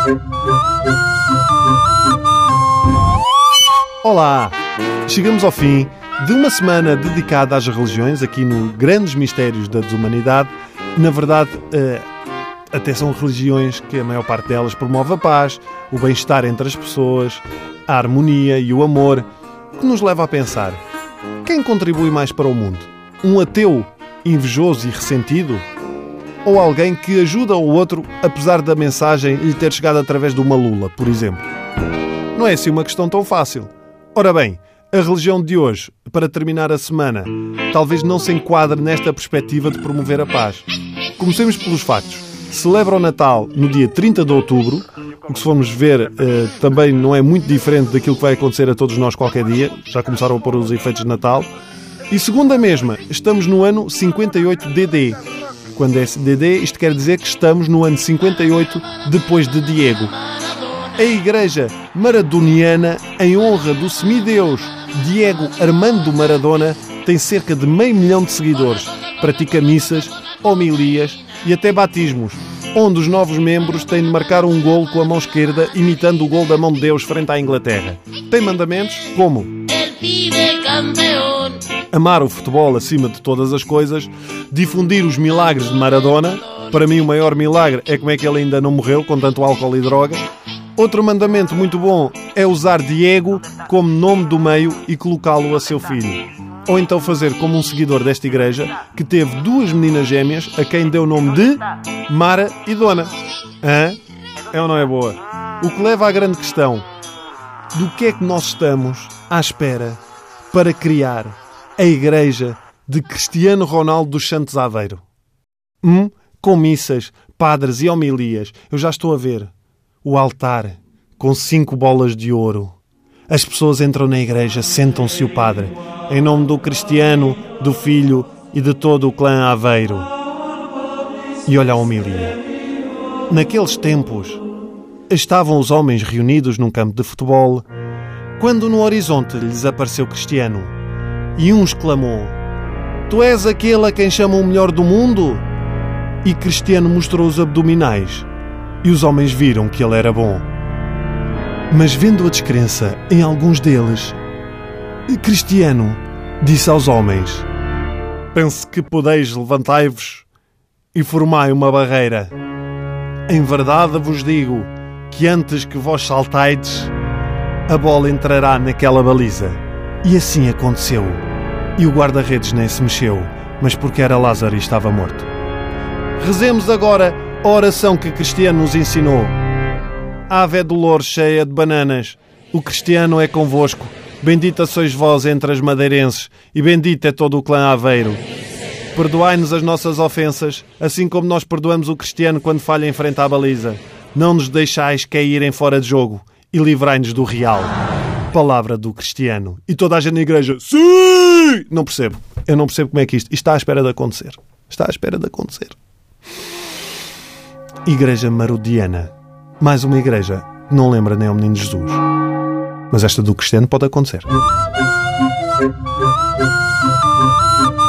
Olá! Chegamos ao fim de uma semana dedicada às religiões, aqui no Grandes Mistérios da Desumanidade. Na verdade, até são religiões que a maior parte delas promove a paz, o bem-estar entre as pessoas, a harmonia e o amor, que nos leva a pensar: quem contribui mais para o mundo? Um ateu invejoso e ressentido? Ou alguém que ajuda o outro apesar da mensagem lhe ter chegado através de uma lula, por exemplo? Não é assim uma questão tão fácil. Ora bem, a religião de hoje, para terminar a semana, talvez não se enquadre nesta perspectiva de promover a paz. Comecemos pelos factos. Celebra o Natal no dia 30 de outubro, o que, se formos ver, também não é muito diferente daquilo que vai acontecer a todos nós qualquer dia. Já começaram a pôr os efeitos de Natal. E segundo a mesma, estamos no ano 58 DD. Quando é DD, isto quer dizer que estamos no ano 58 depois de Diego. A Igreja Maradoniana, em honra do semideus Diego Armando Maradona, tem cerca de 500 mil de seguidores. Pratica missas, homilias e até batismos, onde os novos membros têm de marcar um golo com a mão esquerda, imitando o golo da mão de Deus frente à Inglaterra. Tem mandamentos como: amar o futebol acima de todas as coisas, difundir os milagres de Maradona. Para mim o maior milagre é como é que ele ainda não morreu com tanto álcool e droga. Outro mandamento muito bom é usar Diego como nome do meio e colocá-lo a seu filho. Ou então fazer como um seguidor desta igreja que teve 2 meninas gêmeas a quem deu o nome de Mara e Dona. É ou não é boa? O que leva à grande questão: do que é que nós estamos à espera para criar a igreja de Cristiano Ronaldo dos Santos Aveiro? Com missas, padres e homilias. Eu já estou a ver o altar com 5 bolas de ouro. As pessoas entram na igreja, sentam-se o padre, em nome do Cristiano, do Filho e de todo o clã Aveiro. E olha a homilia. Naqueles tempos, estavam os homens reunidos num campo de futebol, quando no horizonte lhes apareceu Cristiano. E um exclamou: "Tu és aquele a quem chamam o melhor do mundo?" E Cristiano mostrou os abdominais. E os homens viram que ele era bom. Mas vendo a descrença em alguns deles, Cristiano disse aos homens: "Penso que podeis levantai-vos e formai uma barreira. Em verdade vos digo que antes que vós saltaides, a bola entrará naquela baliza." E assim aconteceu. E o guarda-redes nem se mexeu, mas porque era Lázaro e estava morto. Rezemos agora a oração que Cristiano nos ensinou. Ave Dolores cheia de bananas, o Cristiano é convosco. Bendita sois vós entre as madeirenses, e bendito é todo o clã Aveiro. Perdoai-nos as nossas ofensas, assim como nós perdoamos o Cristiano quando falha em frente à baliza. Não nos deixais caírem fora de jogo, e livrai-nos do real. Palavra do Cristiano. E toda a gente na igreja: sim! Não percebo. Eu não percebo como é que isto está à espera de acontecer. Está à espera de acontecer. Igreja Marodiana. Mais uma igreja que não lembra nem ao menino Jesus. Mas esta do Cristiano pode acontecer.